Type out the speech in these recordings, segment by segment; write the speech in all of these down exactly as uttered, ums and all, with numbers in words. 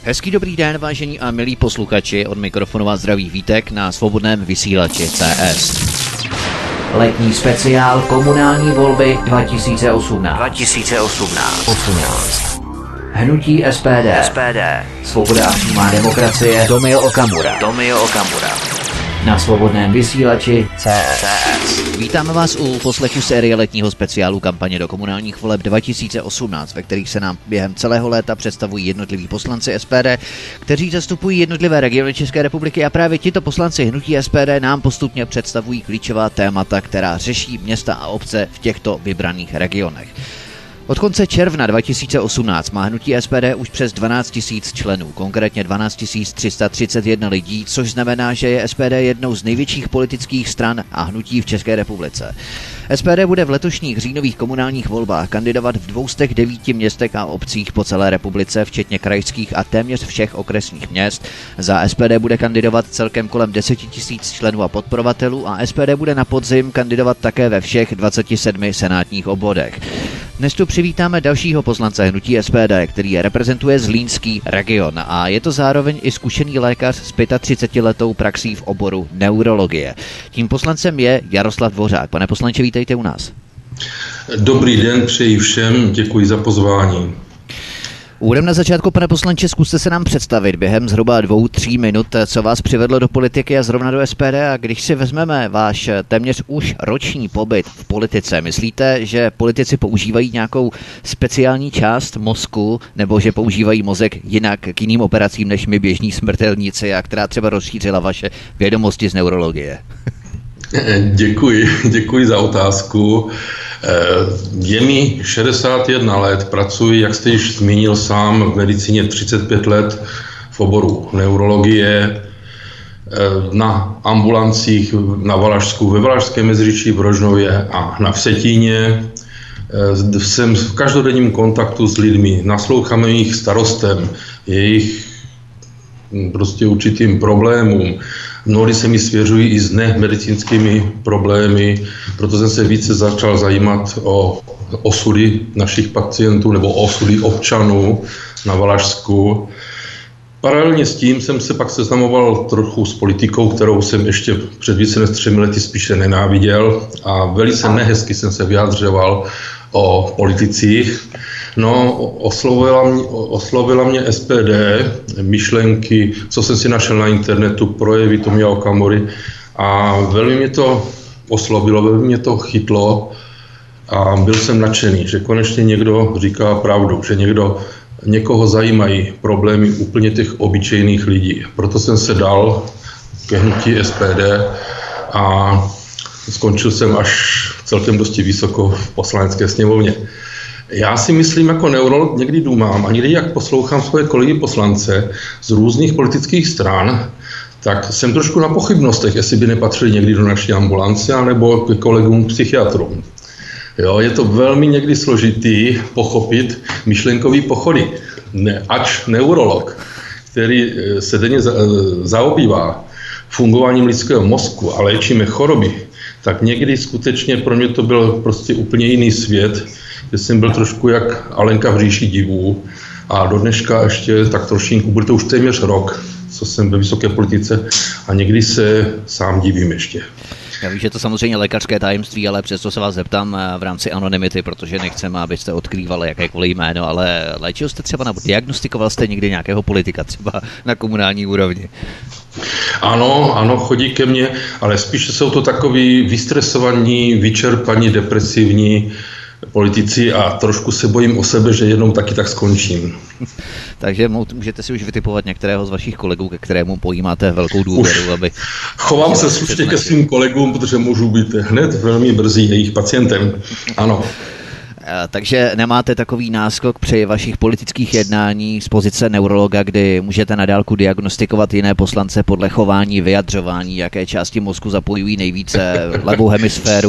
Hezký dobrý den, vážení a milí posluchači, od mikrofonu vás zdraví Vítek na svobodném vysílači C S. Letní speciál komunální volby dva tisíce osmnáct. dva tisíce osmnáct. osmnáct. Hnutí S P D. S P D. Svoboda a přímá demokracie. Tomio Okamura. Tomio Okamura. Na svobodném vysílači C S. Vítáme vás u poslechu série letního speciálu kampaně do komunálních voleb dva tisíce osmnáct, ve kterých se nám během celého léta představují jednotliví poslanci S P D, kteří zastupují jednotlivé regiony České republiky, a právě tito poslanci hnutí S P D nám postupně představují klíčová témata, která řeší města a obce v těchto vybraných regionech. Od konce června dva tisíce osmnáct má hnutí S P D už přes dvanáct tisíc členů, konkrétně dvanáct tisíc tři sta třicet jedna lidí, což znamená, že je S P D jednou z největších politických stran a hnutí v České republice. S P D bude v letošních říjnových komunálních volbách kandidovat v dvou stech devíti městech a obcích po celé republice, včetně krajských a téměř všech okresních měst. Za S P D bude kandidovat celkem kolem deset tisíc členů a podporovatelů a S P D bude na podzim kandidovat také ve všech dvaceti sedmi senátních obvodech. Dnes tu přivítáme dalšího poslance hnutí S P D, který reprezentuje Zlínský region, a je to zároveň i zkušený lékař s třicetiletou praxí v oboru neurologie. Tím poslancem je Jaroslav Dvořák. Pane poslanče, vítejte u nás. Dobrý den, přeji všem, děkuji za pozvání. Úvodem na začátku, pane poslanče, zkuste se nám představit během zhruba dvou, tří minut, co vás přivedlo do politiky a zrovna do S P D, a když si vezmeme váš téměř už roční pobyt v politice, myslíte, že politici používají nějakou speciální část mozku, nebo že používají mozek jinak k jiným operacím než my běžní smrtelníci, a která třeba rozšířila vaše vědomosti z neurologie? Děkuji, děkuji za otázku. Je mi šedesát jedna let, pracuji, jak jste již zmínil sám, v medicíně třicet pět let v oboru neurologie, na ambulancích na Valašsku, ve Valašském Meziříčí, v Rožnově a na Vsetíně. Jsem v každodenním kontaktu s lidmi, naslouchám jejich starostem, jejich prostě určitým problémům. Mnohdy se mi svěřují i s nemedicínskými problémy, proto jsem se více začal zajímat o osudy našich pacientů nebo osudy občanů na Valašsku. Paralelně s tím jsem se pak seznamoval trochu s politikou, kterou jsem ještě před více než třemi lety spíše nenáviděl, a velice nehezky jsem se vyjadřoval o politicích. No, oslovila mě, oslovila mě S P D, myšlenky, co jsem si našel na internetu, projevy Tomia Okamury, a velmi mě to oslovilo, velmi mě to chytlo a byl jsem nadšený, že konečně někdo říká pravdu, že někdo, někoho zajímají problémy úplně těch obyčejných lidí. Proto jsem se dal ke hnutí S P D a skončil jsem až celkem dosti vysoko v poslanecké sněmovně. Já si myslím, jako neurolog někdy důmám a někdy, jak poslouchám svoje kolegy poslance z různých politických stran, tak jsem trošku na pochybnostech, jestli by nepatřili někdy do naší ambulance anebo k kolegům psychiatrům. Jo, je to velmi někdy složitý pochopit myšlenkový pochody. Ne, ač neurolog, který se denně za, zaobývá fungováním lidského mozku a léčíme choroby, tak někdy skutečně pro mě to byl prostě úplně jiný svět, kde jsem byl trošku jak Alenka v říši divů, a do dneška ještě tak trošinku, bude to už téměř rok, co jsem ve vysoké politice, a někdy se sám divím ještě. Já vím, že to samozřejmě lékařské tajemství, ale přesto se vás zeptám v rámci anonymity, protože nechceme, abyste odkrývali jakékoliv jméno, ale léčil jste třeba, nebo diagnostikoval jste někdy nějakého politika, třeba na komunální úrovni? Ano, ano, chodí ke mně, ale spíše jsou to takový vystresovaní, vyčerpaní, depresivní politici, a trošku se bojím o sebe, že jednou taky tak skončím. Takže můžete si už vytipovat některého z vašich kolegů, ke kterému pojímáte velkou důvěru, aby... Chovám se slušně ke svým kolegům, protože můžu být hned velmi brzy jejich pacientem. Ano. Takže nemáte takový náskok při vašich politických jednání z pozice neurologa, kdy můžete na dálku diagnostikovat jiné poslance podle chování, vyjadřování, jaké části mozku zapojují nejvíce levou hemisféru.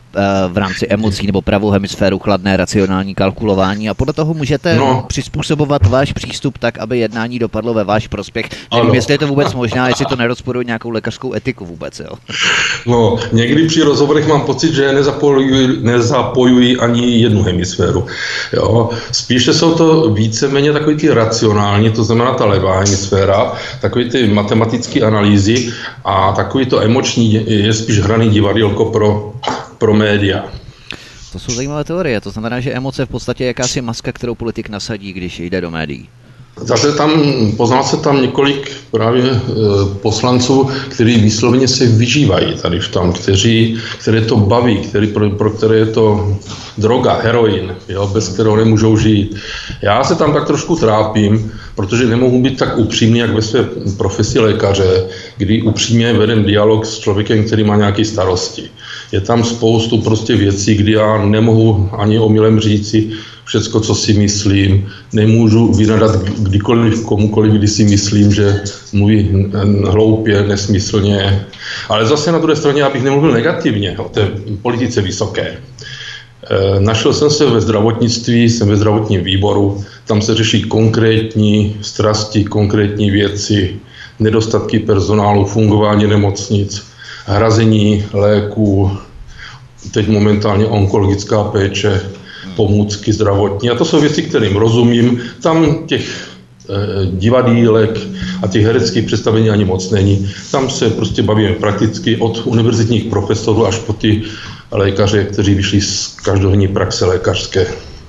v rámci emocí nebo pravou hemisféru chladné racionální kalkulování a podle toho můžete no. přizpůsobovat váš přístup tak, aby jednání dopadlo ve váš prospěch. Nevím, ano. jestli je to vůbec možná, jestli to nerozporuje nějakou lékařskou etiku vůbec. Jo? No, někdy při rozhovorech mám pocit, že nezapojují, nezapojují ani jednu hemisféru. Jo? Spíše jsou to víceméně takový ty racionální, to znamená ta levá hemisféra, takový ty matematické analýzy a takový to emoční je spíš hraný divadýlko pro, pro média. To jsou zajímavé teorie, to znamená, že emoce v podstatě je jakási maska, kterou politik nasadí, když jde do médií. Zase tam, poznal se tam několik právě e, poslanců, kteří výslovně se vyžívají tady v tom, kteří, které to baví, který, pro, pro které je to droga, heroin, jo, bez kterého nemůžou žít. Já se tam tak trošku trápím, protože nemohu být tak upřímný, jak ve své profesi lékaře, kdy upřímně vedem dialog s člověkem, který má nějaké starosti. Je tam spoustu prostě věcí, kdy já nemohu ani omylem říci všecko, co si myslím, nemůžu vynadat kdykoliv komukoliv, kdy si myslím, že mluví hloupě, nesmyslně. Ale zase na druhé straně, abych nemluvil negativně o té politice vysoké. Našel jsem se ve zdravotnictví, jsem ve zdravotním výboru, tam se řeší konkrétní strasti, konkrétní věci, nedostatky personálu, fungování nemocnic, hrazení léků, teď momentálně onkologická péče, pomůcky zdravotní. A to jsou věci, kterým rozumím. Tam těch eh, divadýlek a těch hereckých představení ani moc není. Tam se prostě bavíme prakticky od univerzitních profesorů až po ty lékaře, kteří vyšli z každodenní praxe lékařské.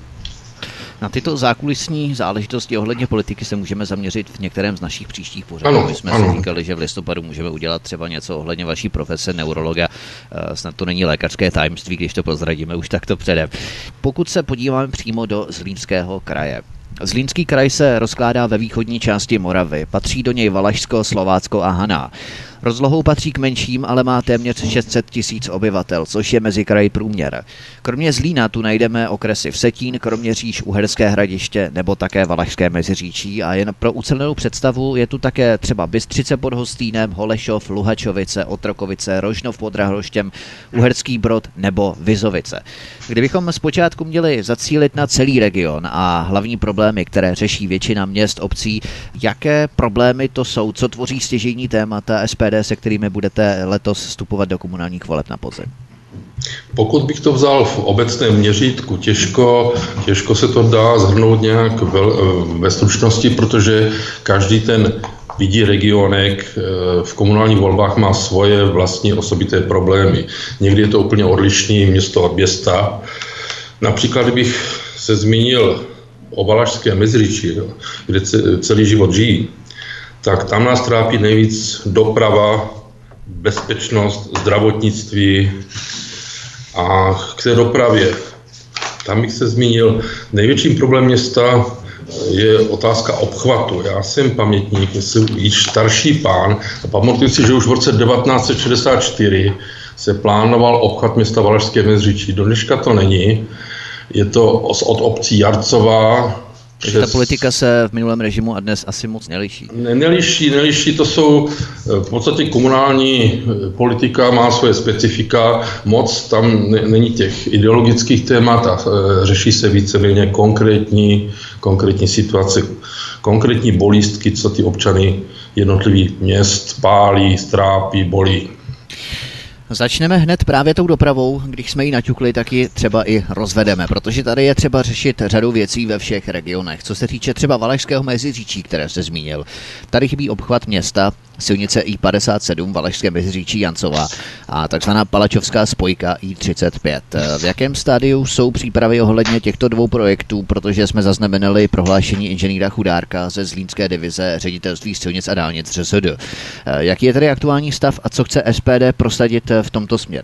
Na tyto zákulisní záležitosti ohledně politiky se můžeme zaměřit v některém z našich příštích pořadů. Ano, My jsme ano. si říkali, že v listopadu můžeme udělat třeba něco ohledně vaší profese neurologa. Snad to není lékařské tajemství, když to prozradíme už takto předem. Pokud se podíváme přímo do Zlínského kraje. Zlínský kraj se rozkládá ve východní části Moravy. Patří do něj Valašsko, Slovácko a Haná. Rozlohou patří k menším, ale má téměř šest set tisíc obyvatel, což je mezi kraji průměr. Kromě Zlína tu najdeme okresy Vsetín, Kroměříž, Uherské Hradiště nebo také Valašské Meziříčí a jen pro ucelenou představu je tu také třeba Bystřice pod Hostýnem, Holešov, Luhačovice, Otrokovice, Rožnov pod Rahroštěm, Uherský Brod nebo Vizovice. Kdybychom zpočátku měli zacílit na celý region a hlavní problémy, které řeší většina měst, obcí, jaké problémy to jsou, co tvoří stěžejní témata S P D, se kterými budete letos vstupovat do komunálních voleb na podzim? Pokud bych to vzal v obecném měřítku, těžko, těžko se to dá shrnout nějak ve, ve stručnosti, protože každý ten vidí regionek v komunálních volbách má svoje vlastní osobité problémy. Někdy je to úplně odlišný město od města. Například, kdybych se zmínil o Valašské Meziříčí, kde celý život žijí, tak tam nás trápí nejvíc doprava, bezpečnost, zdravotnictví a k té dopravě. Tam bych se zmínil, největším problém města je otázka obchvatu. Já jsem pamětník, jsem již starší pán a pamatuju si, že už v roce devatenáct set šedesát čtyři se plánoval obchvat města Valašské Meziříčí. Do dneška to není. Je to od obcí Jarcová. Takže ta politika se v minulém režimu a dnes asi moc neliší. Ne, neliší, neliší, to jsou v podstatě komunální politika, má svoje specifika, moc tam ne, není těch ideologických témat a e, řeší se víceméně konkrétní, konkrétní situace, konkrétní bolístky, co ty občany jednotlivých měst pálí, strápí, bolí. Začneme hned právě tou dopravou, když jsme ji naťukli, tak ji třeba i rozvedeme, protože tady je třeba řešit řadu věcí ve všech regionech. Co se týče třeba Valašského Meziříčí, které jste zmínil, tady chybí obchvat města, silnice I padesát sedm Valašské Meziříčí Jancová a takzvaná palačovská spojka I třicet pět. V jakém stádiu jsou přípravy ohledně těchto dvou projektů, protože jsme zaznamenali prohlášení inženýra Chudárka ze Zlínské divize ředitelství silnic a dálnic ŘSD. Jaký je tedy aktuální stav a co chce S P D prosadit v tomto směru?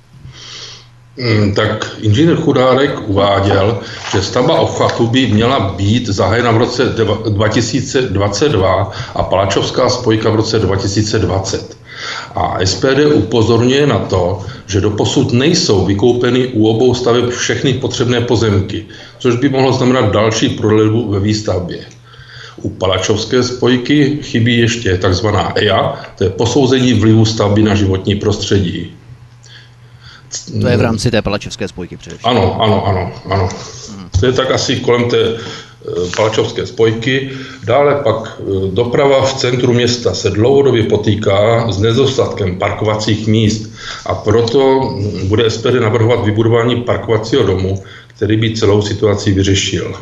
Tak inženýr Chudárek uváděl, že stavba obchvatu by měla být zahájena v roce dva tisíce dvacet dva a palačovská spojka v roce dva tisíce dvacet. A S P D upozorňuje na to, že doposud nejsou vykoupeny u obou staveb všechny potřebné pozemky, což by mohlo znamenat další prodlevu ve výstavbě. U palačovské spojky chybí ještě takzvaná E I A, to je posouzení vlivu stavby na životní prostředí. To je v rámci té Palačovské spojky především. Ano, ano, ano, ano. Hmm. To je tak asi kolem té Palačovské spojky. Dále pak doprava v centru města se dlouhodobě potýká s nedostatkem parkovacích míst a proto bude S P D navrhovat vybudování parkovacího domu, který by celou situaci vyřešil.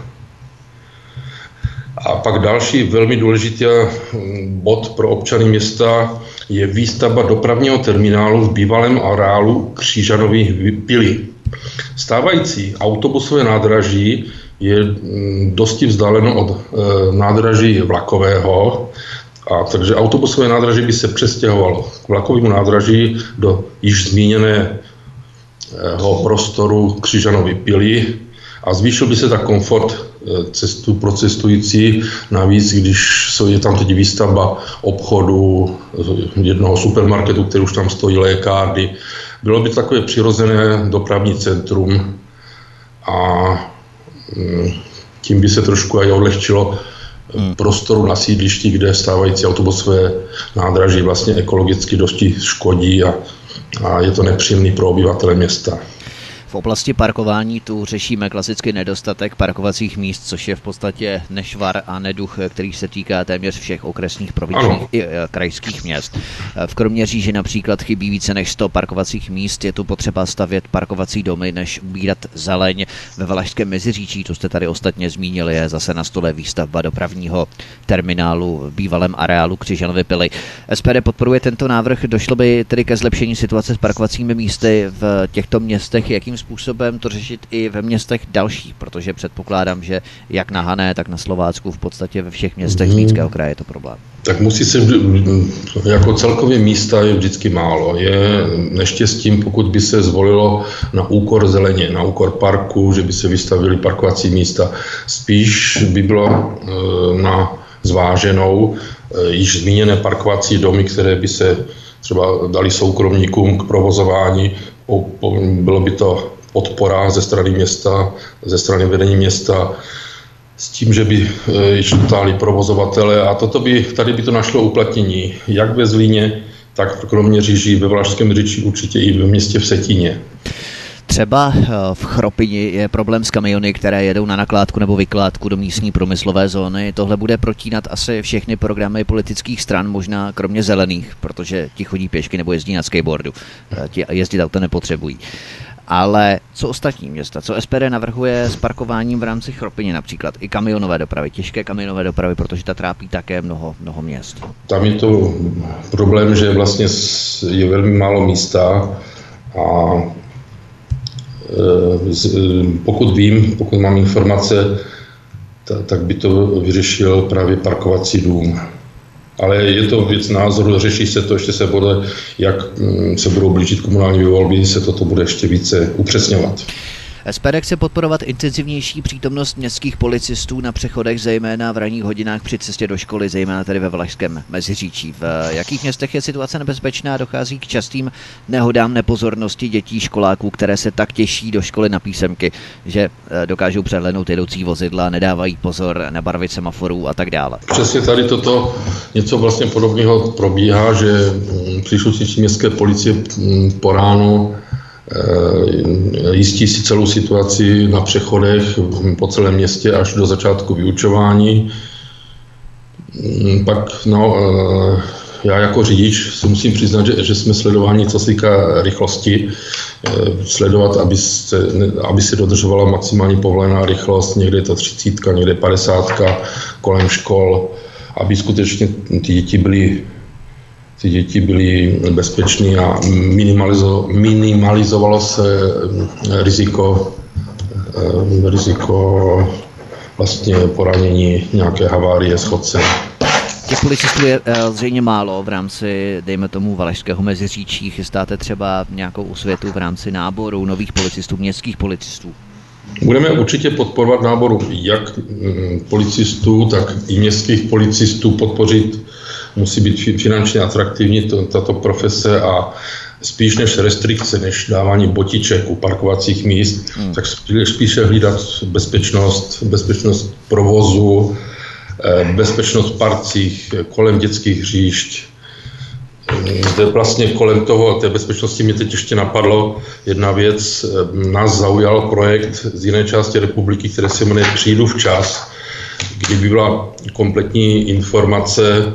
A pak další velmi důležitý bod pro občany města je výstavba dopravního terminálu v bývalém areálu Křižanových Pily. Stávající autobusové nádraží je dosti vzdáleno od e, nádraží vlakového, a takže autobusové nádraží by se přestěhovalo k vlakovému nádraží do již zmíněného prostoru Křižanovy Pily a zvýšil by se tak komfort cestu pro cestující. Navíc, když je tam teď výstavba obchodu, jednoho supermarketu, který už tam stojí, lékárny, bylo by to takové přirozené dopravní centrum a tím by se trošku aj odlehčilo prostoru na sídlišti, kde stávající autobusové nádraží vlastně ekologicky dosti škodí a, a je to nepříjemný pro obyvatele města. V oblasti parkování tu řešíme klasicky nedostatek parkovacích míst, což je v podstatě nešvar a neduch, který se týká téměř všech okresních, provinčních i krajských měst. V Kroměříži například chybí více než sto parkovacích míst, je tu potřeba stavět parkovací domy, než ubírat zeleň. Ve Valašském Meziříčí, to jste tady ostatně zmínili, je zase na stole výstavba dopravního terminálu v bývalém areálu Křižanovy Pily. S P D podporuje tento návrh, došlo by tedy ke zlepšení situace s parkovacími místy v těchto městech, jakým způsobem to řešit i ve městech dalších, protože předpokládám, že jak na Hané, tak na Slovácku v podstatě ve všech městech Zlínského kraje je to problém. Tak musí se, jako celkově místa je vždycky málo. Je neštěstím, pokud by se zvolilo na úkor zeleně, na úkor parku, že by se vystavili parkovací místa. Spíš by bylo na zváženou již zmíněné parkovací domy, které by se třeba dali soukromníkům k provozování. Bylo by to podpora ze strany města, ze strany vedení města, s tím, že by již dotáhli provozovatele a toto by, tady by to našlo uplatnění jak ve Zlíně, tak v Kroměříži, ve Valašském Meziříčí, určitě i ve městě v Vsetíně. Třeba v Chropini je problém s kamiony, které jedou na nakládku nebo vykládku do místní průmyslové zóny. Tohle bude protínat asi všechny programy politických stran, možná kromě zelených, protože ti chodí pěšky nebo jezdí na skateboardu. Ti jezdit auto nepotřebují. Ale co ostatní města? Co S P D navrhuje s parkováním v rámci Chropiny například? I kamionové dopravy, těžké kamionové dopravy, protože ta trápí také mnoho, mnoho měst. Tam je to problém, že vlastně je velmi málo místa a pokud vím, pokud mám informace, tak by to vyřešil právě parkovací dům. Ale je to věc názoru, řeší se to, ještě se bude, jak se budou blížit komunální volby, se toto bude ještě více upřesňovat. S P D chce podporovat intenzivnější přítomnost městských policistů na přechodech, zejména v ranních hodinách při cestě do školy, zejména tady ve Valašském Meziříčí. V jakých městech je situace nebezpečná, dochází k častým nehodám, nepozornosti dětí, školáků, které se tak těší do školy na písemky, že dokážou přehlédnout jedoucí vozidla, nedávají pozor na barvy semaforů a tak dále. Přesně tady toto něco vlastně podobného probíhá, že příslušníci městské policie po ránu jistí si celou situaci na přechodech po celém městě až do začátku vyučování. Pak no, já jako řidič si musím přiznat, že, že jsme sledováni, co se týká rychlosti, sledovat, aby se, aby se dodržovala maximální povolená rychlost, někde je to třicítka, někde padesátka kolem škol, aby skutečně ty děti byly ty děti byly bezpečné a minimalizo, minimalizovalo se riziko, riziko vlastně poranění, nějaké havárie s chodcem. Těch policistů je zřejmě málo v rámci, dejme tomu, Valašského Meziříčí. Chystáte třeba nějakou osvětu v rámci náboru nových policistů, městských policistů? Budeme určitě podporovat náboru jak policistů, tak i městských policistů, podpořit. Musí být finančně atraktivní to, tato profese a spíš než restrikce, než dávání botiček u parkovacích míst, hmm. tak spíše hlídat bezpečnost, bezpečnost provozu, bezpečnost v parcích, kolem dětských hřišť. zde vlastně kolem toho, té bezpečnosti mě teď ještě napadlo jedna věc. Nás zaujal projekt z jiné části republiky, které se jmenuje Přijdu včas, kdyby byla kompletní informace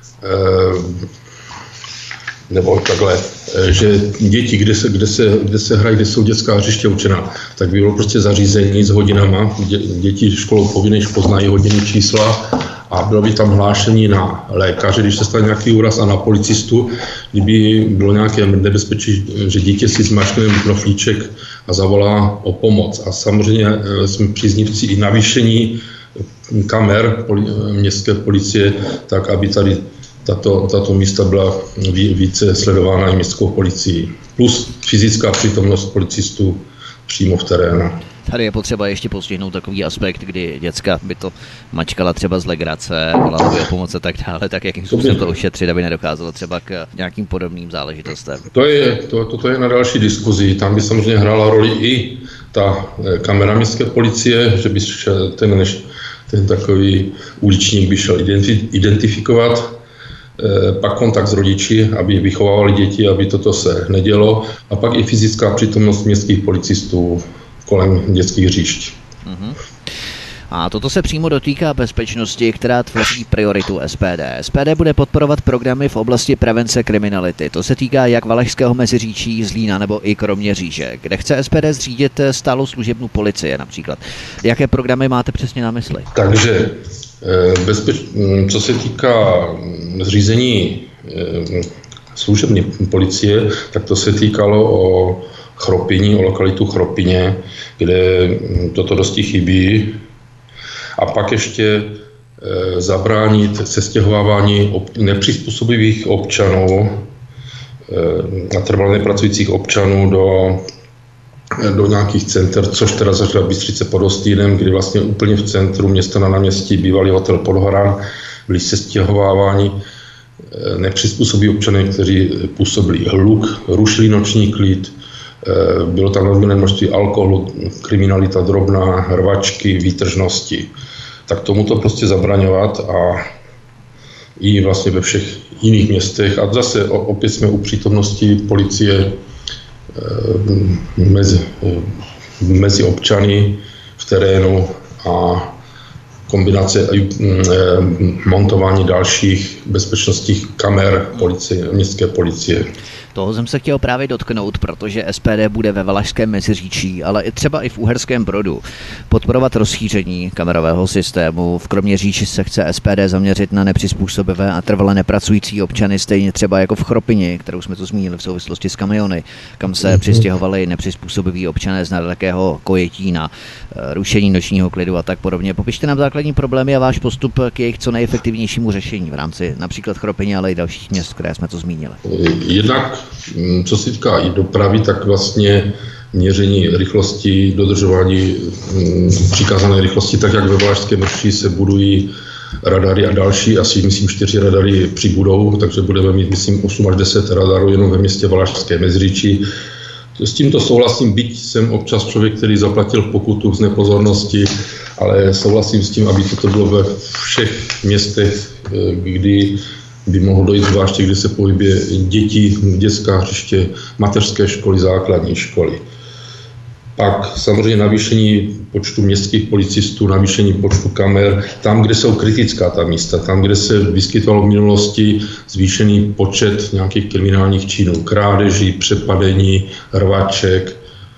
nebo takhle, že děti, kde se, kde se, kde se hrají, kde jsou dětská hřiště učená, tak by bylo prostě zařízení s hodinama. Dě, děti školou povinně poznají hodiny čísla a bylo by tam hlášení na lékaře, když se stane nějaký úraz, a na policistu, kdyby bylo nějaké nebezpečí, že dítě si zmačkne knoflíček a zavolá o pomoc. A samozřejmě jsme příznivci i navýšení kamer poli, městské policie, tak aby tady tato, tato místa byla více sledována i městskou policií. Plus fyzická přítomnost policistů přímo v terénu. Tady je potřeba ještě postihnout takový aspekt, kdy děcka by to mačkala třeba z legrace, volala by o pomoc a tak dále, tak jakým způsobem to ošetřit, aby nedocházelo třeba k nějakým podobným záležitostem. To je, to, to je na další diskuzi. Tam by samozřejmě hrála roli i ta kamera městské policie, že by ten, ten takový uličník by šel identifikovat, pak kontakt s rodiči, aby vychovávali děti, aby toto se nedělo, a pak i fyzická přítomnost městských policistů kolem dětských hřišť. Uh-huh. A toto se přímo dotýká bezpečnosti, která tvoří prioritu S P D. S P D bude podporovat programy v oblasti prevence kriminality. To se týká jak Valašského Meziříčí, Zlína nebo i Kroměříže, kde chce S P D zřídit stálou služebnu policie například. Jaké programy máte přesně na mysli? Takže bezpeč... co se týká zřízení služebny policie, tak to se týkalo o Chropiní, o lokalitu Chropině, kde toto dosti chybí. A pak ještě e, zabránit sestěhovávání ob, nepřizpůsobivých občanů e, a trvale nepracujících občanů do, do nějakých center, což teda začala Bystřice pod Hostýnem, kdy vlastně úplně v centru města na náměstí bývalý hotel Podhoran byli sestěhováváni e, nepřizpůsobiví občané, kteří působili hluk, rušili noční klid. Bylo tam nadměrné množství alkoholu, kriminalita drobná, rvačky, výtržnosti. Tak tomuto prostě zabraňovat a i vlastně ve všech jiných městech. A zase opět jsme u přítomnosti policie mezi, mezi občany v terénu a kombinace montování dalších bezpečnostních kamer policie, městské policie. Toho jsem se chtěl právě dotknout, protože S P D bude ve Valašském Meziříčí, ale i třeba i v Uherském Brodu podporovat rozšíření kamerového systému. V Kroměříži se chce S P D zaměřit na nepřizpůsobivé a trvale nepracující občany, stejně třeba jako v Chropini, kterou jsme tu zmínili v souvislosti s kamiony, kam se mm-hmm. přistěhovali nepřizpůsobiví občané z nedalekého Kojetína, rušení nočního klidu a tak podobně. Popište nám základní problémy a váš postup k jejich co nejefektivnějšímu řešení v rámci například Chropiny, ale i dalších měst, které jsme to zmínili. Jednak co se týká i dopravy, tak vlastně měření rychlosti, dodržování přikázané rychlosti, tak jak ve Valašském Meziříčí se budují radary a další, asi myslím čtyři radary přibudou, takže budeme mít myslím osm až deset radarů jenom ve městě Valašské Meziříčí. S tímto souhlasím, byť jsem občas člověk, který zaplatil pokutu z nepozornosti, ale souhlasím s tím, aby toto bylo ve všech městech, kdy by mohlo dojít, zvláště když se pohybuje děti, dětská hřiště, mateřské školy, základní školy. Pak samozřejmě navýšení počtu městských policistů, navýšení počtu kamer, tam, kde jsou kritická ta místa, tam, kde se vyskytovalo v minulosti zvýšený počet nějakých kriminálních činů, krádeží, přepadení, rvaček,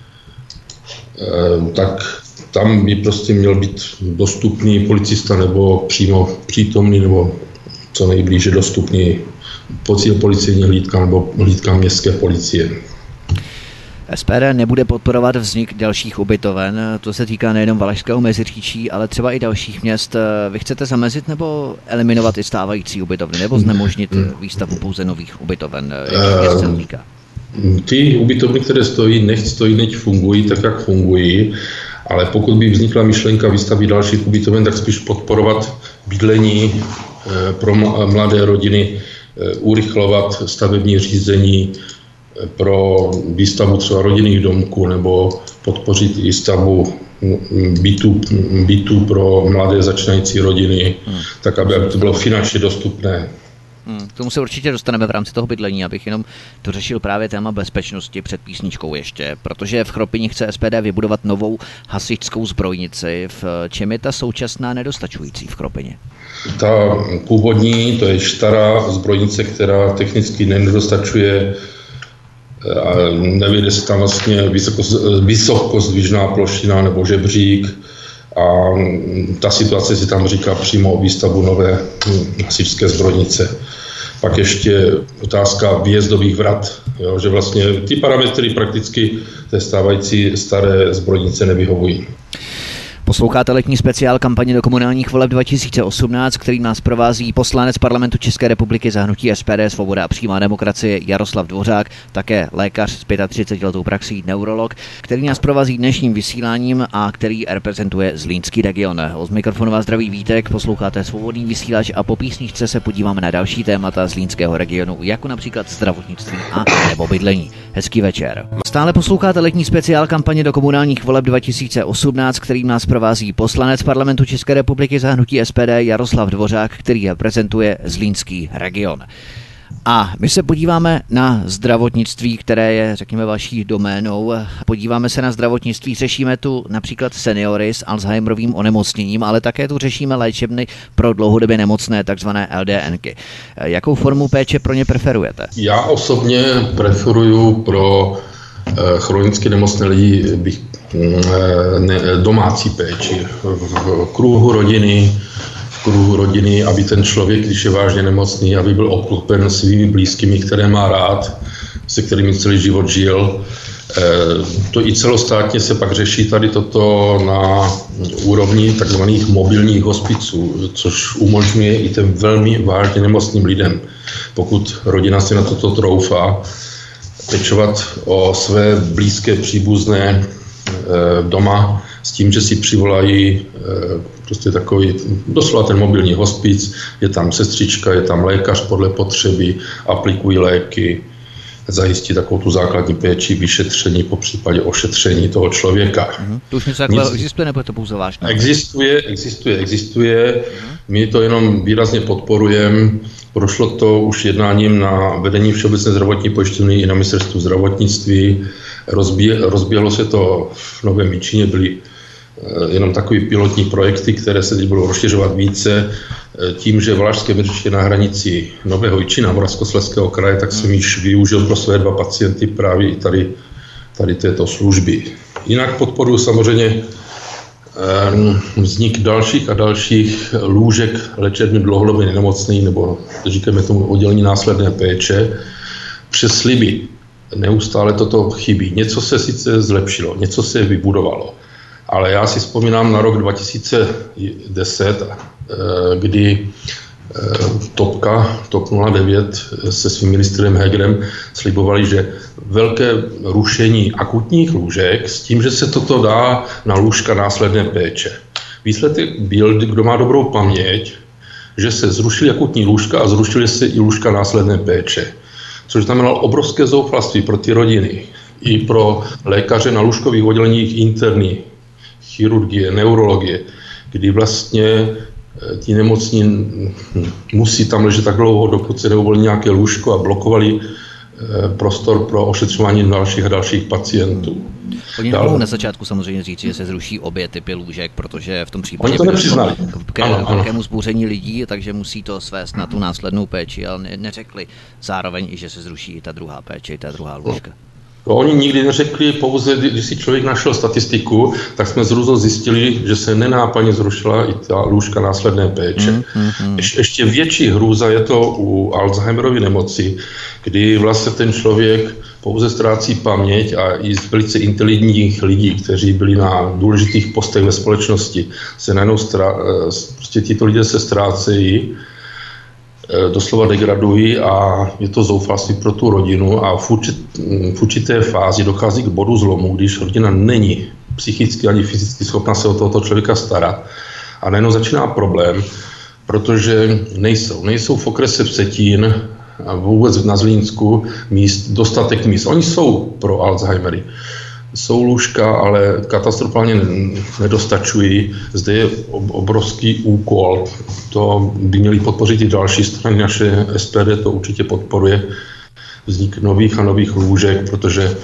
e, tak tam by prostě měl být dostupný policista nebo přímo přítomný nebo co nejblíže dostupný policejní hlídka nebo hlídka městské policie. S P D nebude podporovat vznik dalších ubytoven, to se týká nejenom Valašského Meziříčí, ale třeba i dalších měst. Vy chcete zamezit nebo eliminovat i stávající ubytovny, nebo znemožnit výstavbu pouze nových ubytoven? Jakých měst se týká? Ty ubytovny, které stojí, nechť stojí, nechť fungují tak, jak fungují, ale pokud by vznikla myšlenka výstavby dalších ubytoven, tak spíš podporovat bydlení pro mladé rodiny, urychlovat stavební řízení pro výstavbu třeba rodinných domků nebo podpořit i stavbu bytů, bytů pro mladé začínající rodiny, hmm. tak aby to bylo finančně dostupné. Hmm, k tomu se určitě dostaneme v rámci toho bydlení, abych jenom to řešil právě téma bezpečnosti před písničkou ještě, protože v Chropini chce S P D vybudovat novou hasičskou zbrojnici. V čem je ta současná nedostačující v Chropině? Ta původní, to je stará zbrojnice, která technicky nedostačuje a nevyjde se tam vlastně vysoko, vysokozdvižná plošina nebo žebřík a ta situace si tam říká přímo o výstavbu nové hasičské zbrojnice. Pak ještě otázka výjezdových vrat, jo, že vlastně ty parametry prakticky té stávající staré zbrojnice nevyhovují. Posloucháte letní speciál kampaně do komunálních voleb dva tisíce osmnáct, který nás provází poslanec Parlamentu České republiky za hnutí S P D Svoboda a přímá demokracie Jaroslav Dvořák, také lékař s třicetiletou praxí, neurolog, který nás provází dnešním vysíláním a který reprezentuje Zlínský region. Od mikrofonu vás zdraví Vítek, posloucháte Svobodný vysílač a po písničce se podíváme na další témata Zlínského regionu, jako například zdravotnictví a nebo bydlení. Hezký večer. Stále posloucháte letní speciál kampaně do komunálních voleb dva tisíce osmnáct, kterým nás provází poslanec Parlamentu České republiky za hnutí S P D Jaroslav Dvořák, který reprezentuje Zlínský region. A my se podíváme na zdravotnictví, které je, řekněme, vaší doménou. Podíváme se na zdravotnictví, řešíme tu například seniory s Alzheimerovým onemocněním, ale také tu řešíme léčebny pro dlouhodobě nemocné, takzvané L D N ky. Jakou formu péče pro ně preferujete? Já osobně preferuju pro chronicky nemocné lidi bych domácí péči v kruhu rodiny, v kruhu rodiny, aby ten člověk, když je vážně nemocný, aby byl obklopen svými blízkými, které má rád, se kterými celý život žil. To i celostátně se pak řeší tady toto na úrovni takzvaných mobilních hospiců, což umožňuje i těm velmi vážně nemocným lidem, pokud rodina si na toto troufá, pečovat o své blízké příbuzné doma s tím, že si přivolají prostě takový doslova ten mobilní hospic, je tam sestřička, je tam lékař podle potřeby, aplikují léky, zajistí takovou tu základní péči, vyšetření, po případě ošetření toho člověka. Uh-huh. To už něco takového existuje, nebo je to pouze vážné? Existuje, existuje, existuje. Uh-huh. My to jenom výrazně podporujeme. Prošlo to už jednáním na vedení Všeobecné zdravotní pojišťovny i na ministerstvu zdravotnictví. Rozbě, rozběhlo se to v Novém Jičíně, byly jenom takové pilotní projekty, které se teď budou rozšiřovat více. Tím, že Valašské Meřiště je na hranici Nového Jičína, Moravskoslezského kraje, tak jsem již využil pro své dva pacienty právě i tady, tady této služby. Jinak podporuji samozřejmě vznik dalších a dalších lůžek léčebně dlouhodobě nemocných, nebo říkáme tomu oddělení následné péče, přes sliby. Neustále toto chybí. Něco se sice zlepšilo, něco se vybudovalo, ale já si vzpomínám na rok dva tisíce deset, kdy Topka, TOP nula devět se svým ministrem Hegerem slibovali, že velké rušení akutních lůžek s tím, že se toto dá na lůžka následné péče. Výsledek byl, kdo má dobrou paměť, že se zrušily akutní lůžka a zrušily se i lůžka následné péče. Což znamenalo obrovské zoufalství pro ty rodiny, i pro lékaře na lůžkových odděleních interní, chirurgie, neurologie, kdy vlastně ti nemocní musí tam ležet tak dlouho, dokud se neuvolí nějaké lůžko a blokovali prostor pro ošetřování dalších a dalších pacientů. Oni mohou na začátku samozřejmě říct, že se zruší obě typy lůžek, protože v tom případě to nepřiznali. K velkému zbouření lidí, takže musí to svést na tu následnou péči, ale ne, neřekli zároveň i, že se zruší i ta druhá péče, i ta druhá lůžka. To oni nikdy neřekli, pouze když si člověk našel statistiku, tak jsme zruzo zjistili, že se nenápadně zrušila i ta lůžka následné péče. Mm, mm, mm. Ješ, ještě větší hrůza je to u Alzheimerovy nemoci, kdy vlastně ten člověk pouze ztrácí paměť a i z velice inteligentních lidí, kteří byli na důležitých postech ve společnosti, se najednou strá, prostě tyto lidé se ztrácejí, doslova degradují a je to zoufalství pro tu rodinu a v, určit, v určité fázi dochází k bodu zlomu, když rodina není psychicky ani fyzicky schopna se o tohoto člověka starat a najednou začíná problém, protože nejsou, nejsou v okrese Vsetín a vůbec na Zlínsku míst, dostatek míst. Oni jsou pro Alzheimery. jsou lůžka, ale katastrofálně nedostačují. Zde je obrovský úkol. To by měly podpořit i další strany. Naše S P D to určitě podporuje. Vznik nových a nových lůžek, protože e,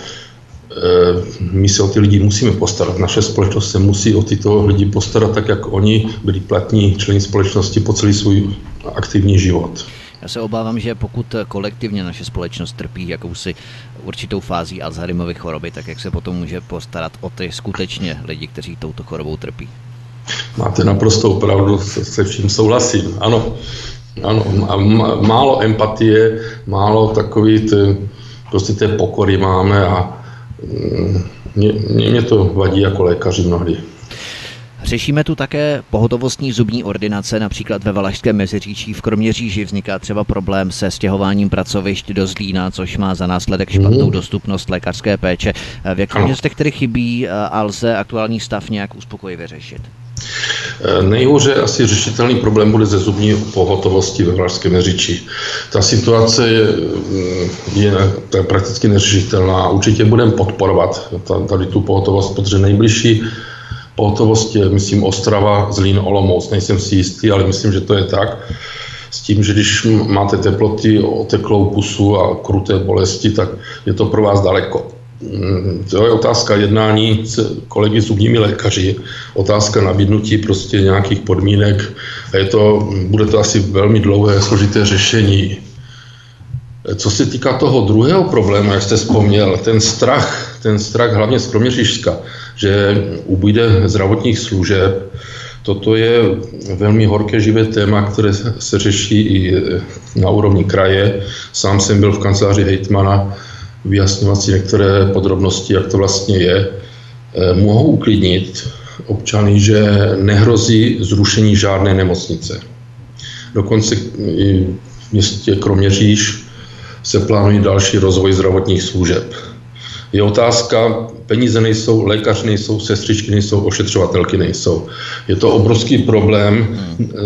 my se o ty lidi musíme postarat. Naše společnost se musí o tyto lidi postarat, tak jak oni byli platní členi společnosti po celý svůj aktivní život. Já se obávám, že pokud kolektivně naše společnost trpí jakousi určitou fází Alzheimerovy choroby, tak jak se potom může postarat o ty skutečně lidi, kteří touto chorobou trpí? Máte naprostou pravdu, se, se vším souhlasím. Ano, ano, a málo empatie, málo takový ty, prostě té pokory máme a mě, mě to vadí jako lékaři mnohdy. Řešíme tu také pohotovostní zubní ordinace, například ve Valašském Meziříčí. V Kroměříži vzniká třeba problém se stěhováním pracovišť do Zlína, což má za následek špatnou dostupnost lékařské péče. V jakých městech tedy chybí a lze aktuální stav nějak uspokojivě řešit? Nejhůře asi řešitelný problém bude ze zubní pohotovosti ve Valašském Meziříčí. Ta situace je, je prakticky neřešitelná. Určitě budeme podporovat tady tu pohotovost, protože nejbližší pohotovost je, myslím, Ostrava, Zlín, Olomouc. Nejsem si jistý, ale myslím, že to je tak. S tím, že když máte teploty, oteklou pusu a kruté bolesti, tak je to pro vás daleko. To je otázka jednání s kolegy zubními lékaři, otázka nabídnutí prostě nějakých podmínek a je to, bude to asi velmi dlouhé, složité řešení. Co se týká toho druhého problému, jak jste vzpomněl, ten strach, ten strach hlavně z Kroměřížska, že ubude zdravotních služeb, toto je velmi horké živé téma, které se řeší i na úrovni kraje. Sám jsem byl v kanceláři hejtmana vyjasňovat si některé podrobnosti, jak to vlastně je. Mohou uklidnit občany, že nehrozí zrušení žádné nemocnice. Dokonce i v městě Kroměříž se plánuje další rozvoj zdravotních služeb. Je otázka, peníze nejsou, lékaři nejsou, sestřičky nejsou, ošetřovatelky nejsou. Je to obrovský problém,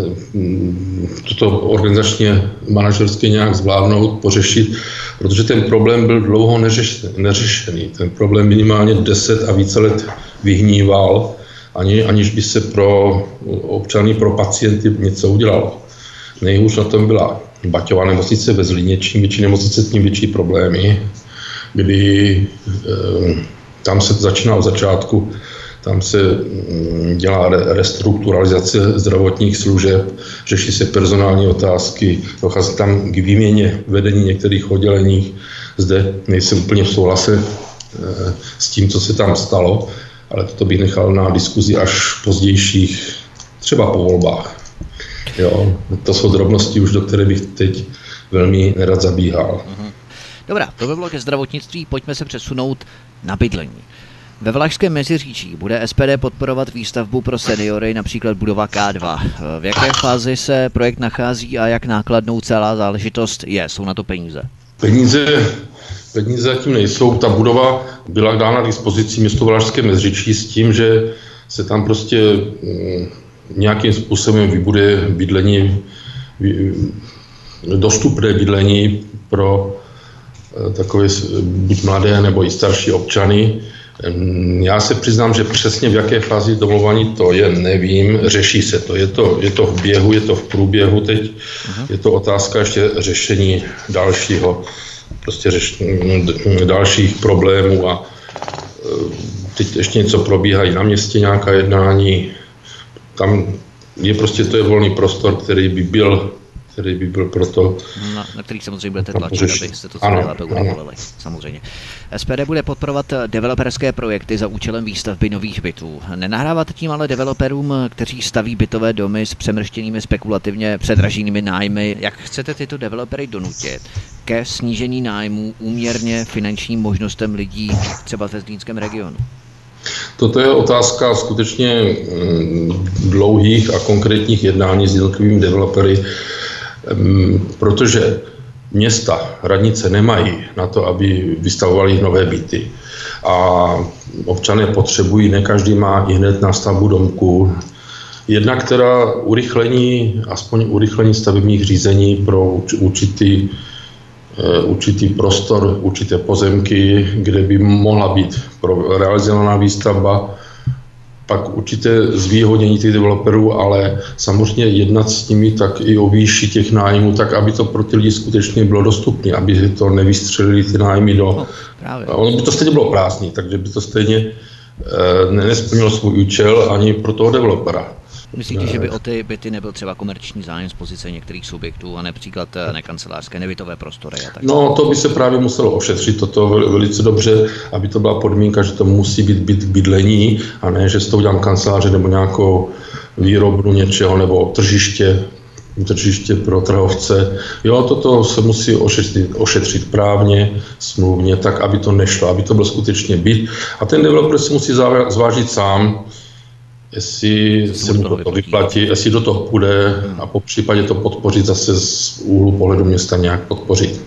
toto organizačně manažersky nějak zvládnout, pořešit, protože ten problém byl dlouho neřeš, neřešený. Ten problém minimálně deset a více let vyhníval, ani, aniž by se pro občany, pro pacienty něco udělalo. Nejhůř na tom byla Baťová nemocnice ve Zlíně, čím větší nemocnice, tím větší problémy, kdy e, tam se začíná od začátku, tam se m, dělá re, restrukturalizace zdravotních služeb, řeší se personální otázky, dochází tam k výměně vedení některých oddělení. Zde nejsem úplně v souhlase e, s tím, co se tam stalo, ale toto bych nechal na diskuzi až pozdějších, třeba po volbách. Jo, to jsou drobnosti už, do které bych teď velmi nerad zabíhal. Dobrá, to by bylo ke zdravotnictví, pojďme se přesunout na bydlení. Ve Valašském Meziříčí bude S P D podporovat výstavbu pro seniory, například budova K dva. V jaké fázi se projekt nachází a jak nákladnou celá záležitost je? Jsou na to peníze? Peníze, peníze zatím nejsou. Ta budova byla dána k dispozici městu Valašské Meziříčí s tím, že se tam prostě nějakým způsobem vybude bydlení, dostupné bydlení pro takové buď mladé nebo i starší občany. Já se přiznám, že přesně v jaké fázi domluvání to je, nevím, řeší se to. Je to, je to v běhu, je to v průběhu teď, Aha. Je to otázka ještě řešení dalšího, prostě řeš, dalších problémů a teď ještě něco probíhá i na městě, nějaká jednání. Tam je prostě, to je volný prostor, který by byl, který by byl proto... Na, na který samozřejmě budete tlačit, abyste to celé lépe udělali, samozřejmě. S P D bude podporovat developerské projekty za účelem výstavby nových bytů. Nenahráváte tím ale developerům, kteří staví bytové domy s přemrštěnými spekulativně předraženými nájmy. Jak chcete tyto developery donutit ke snížení nájmů úměrně finančním možnostem lidí třeba ve zlínském regionu? Toto je otázka skutečně dlouhých a konkrétních jednání s jednotlivými developery, protože města, radnice nemají na to, aby vystavovali nové byty. A občané potřebují, ne každý má i hned na stavbu domku. Jedna, která urychlení, aspoň urychlení stavebních řízení pro určitý určitý prostor, určité pozemky, kde by mohla být realizovaná výstavba, pak určité zvýhodnění těch developerů, ale samozřejmě jednat s nimi tak i o výši těch nájmů, tak aby to pro ty lidi skutečně bylo dostupné, aby to nevystřelili ty nájmy do... No, právě. Ono by to stejně bylo prázdný, takže by to stejně e, nesplnilo svůj účel ani pro toho developera. Myslíte, že by o ty byty nebyl třeba komerční zájem z pozice některých subjektů a například nekancelářské nebytové prostory? A tak? No, to by se právě muselo ošetřit toto velice dobře, aby to byla podmínka, že to musí být byt k bydlení a ne, že s to udělám kanceláře nebo nějakou výrobnu něčeho nebo tržiště, tržiště pro trhovce. Jo, toto se musí ošetřit, ošetřit právně, smluvně, tak, aby to nešlo, aby to byl skutečně byt. A ten developer si musí zvážit sám, jestli se mu to vyplatí, jestli do toho půjde a po případě to podpořit zase z úhlu pohledu města nějak podpořit.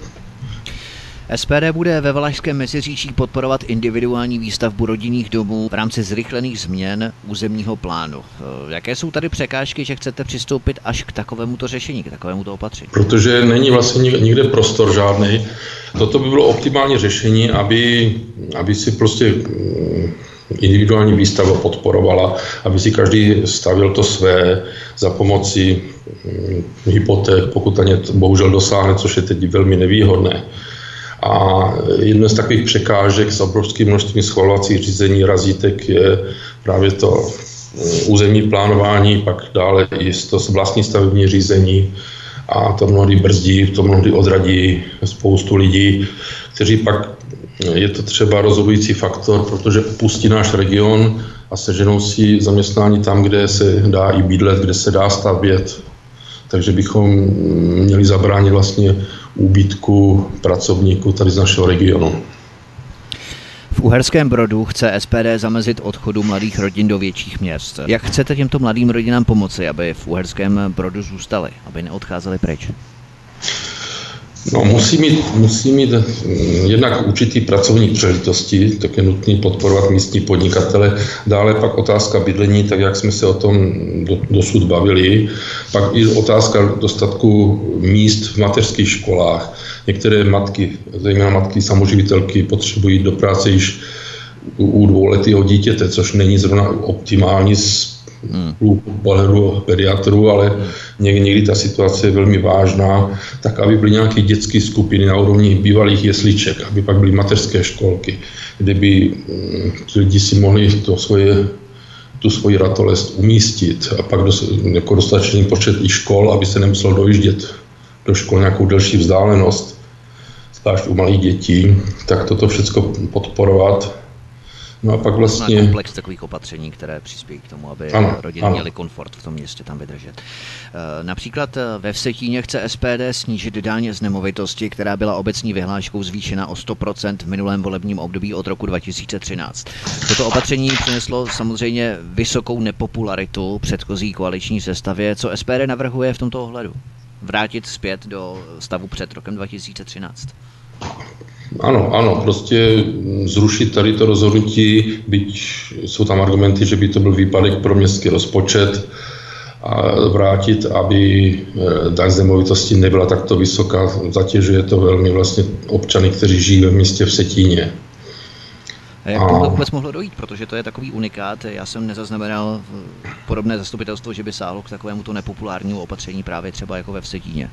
S P D bude ve Valašském Meziříčí podporovat individuální výstavbu rodinných domů v rámci zrychlených změn územního plánu. Jaké jsou tady překážky, že chcete přistoupit až k takovémuto řešení, k takovémuto opatření? Protože není vlastně nikde prostor žádný. Toto by bylo optimální řešení, aby, aby si prostě individuální výstava podporovala, aby si každý stavil to své za pomoci hypoték, pokud ani bohužel dosáhne, což je teď velmi nevýhodné. A jedna z takových překážek s obrovským množstvím schvalovacích řízení, razítek je právě to územní plánování, pak dále i to vlastní stavební řízení a to mnohdy brzdí, to mnohdy odradí spoustu lidí, kteří pak je to třeba rozhodující faktor, protože opustí náš region a seženou si zaměstnání tam, kde se dá i bydlet, kde se dá stavět. Takže bychom měli zabránit vlastně úbytku pracovníků tady z našeho regionu. V Uherském Brodu chce S P D zamezit odchodu mladých rodin do větších měst. Jak chcete těmto mladým rodinám pomoci, aby v Uherském Brodu zůstali, aby neodcházeli pryč? No, musí mít, musí mít jednak určitý pracovní příležitosti, tak je nutný podporovat místní podnikatele. Dále pak otázka bydlení, tak jak jsme se o tom do, dosud bavili. Pak i otázka dostatku míst v mateřských školách. Některé matky, zejména matky samoživitelky, potřebují do práce již u, u dvouletého dítěte, což není zrovna optimální z pohledu pediatrů, ale někdy ta situace je velmi vážná, tak aby byly nějaké dětské skupiny na úrovni bývalých jesliček, aby pak byly mateřské školky, kde by lidi si mohli to svoje, tu svoji ratolest umístit a pak dos, jako dostatečný počet i škol, aby se nemuselo dojíždět do škol nějakou delší vzdálenost, zvlášť u malých dětí, tak toto všechno podporovat. No a pak vlastně... komplex takových opatření, které přispějí k tomu, aby ano, rodiny ano. měly komfort v tom městě tam vydržet. Například ve Vsetíně chce S P D snížit daň z nemovitosti, která byla obecní vyhláškou zvýšena o sto procent v minulém volebním období od roku dva tisíce třináct. Toto opatření přineslo samozřejmě vysokou nepopularitu předchozí koaliční sestavě. Co S P D navrhuje v tomto ohledu? Vrátit zpět do stavu před rokem dva tisíce třináct? Ano, ano, prostě zrušit tady to rozhodnutí, byť jsou tam argumenty, že by to byl výpadek pro městský rozpočet a vrátit, aby daň z nemovitosti nebyla takto vysoká, zatěžuje to velmi vlastně občany, kteří žijí ve městě Vsetíně. A jak to vůbec mohlo dojít, protože to je takový unikát, já jsem nezaznamenal podobné zastupitelstvo, že by sáhlo k takovémuto nepopulárnímu opatření právě třeba jako ve Vsetíně.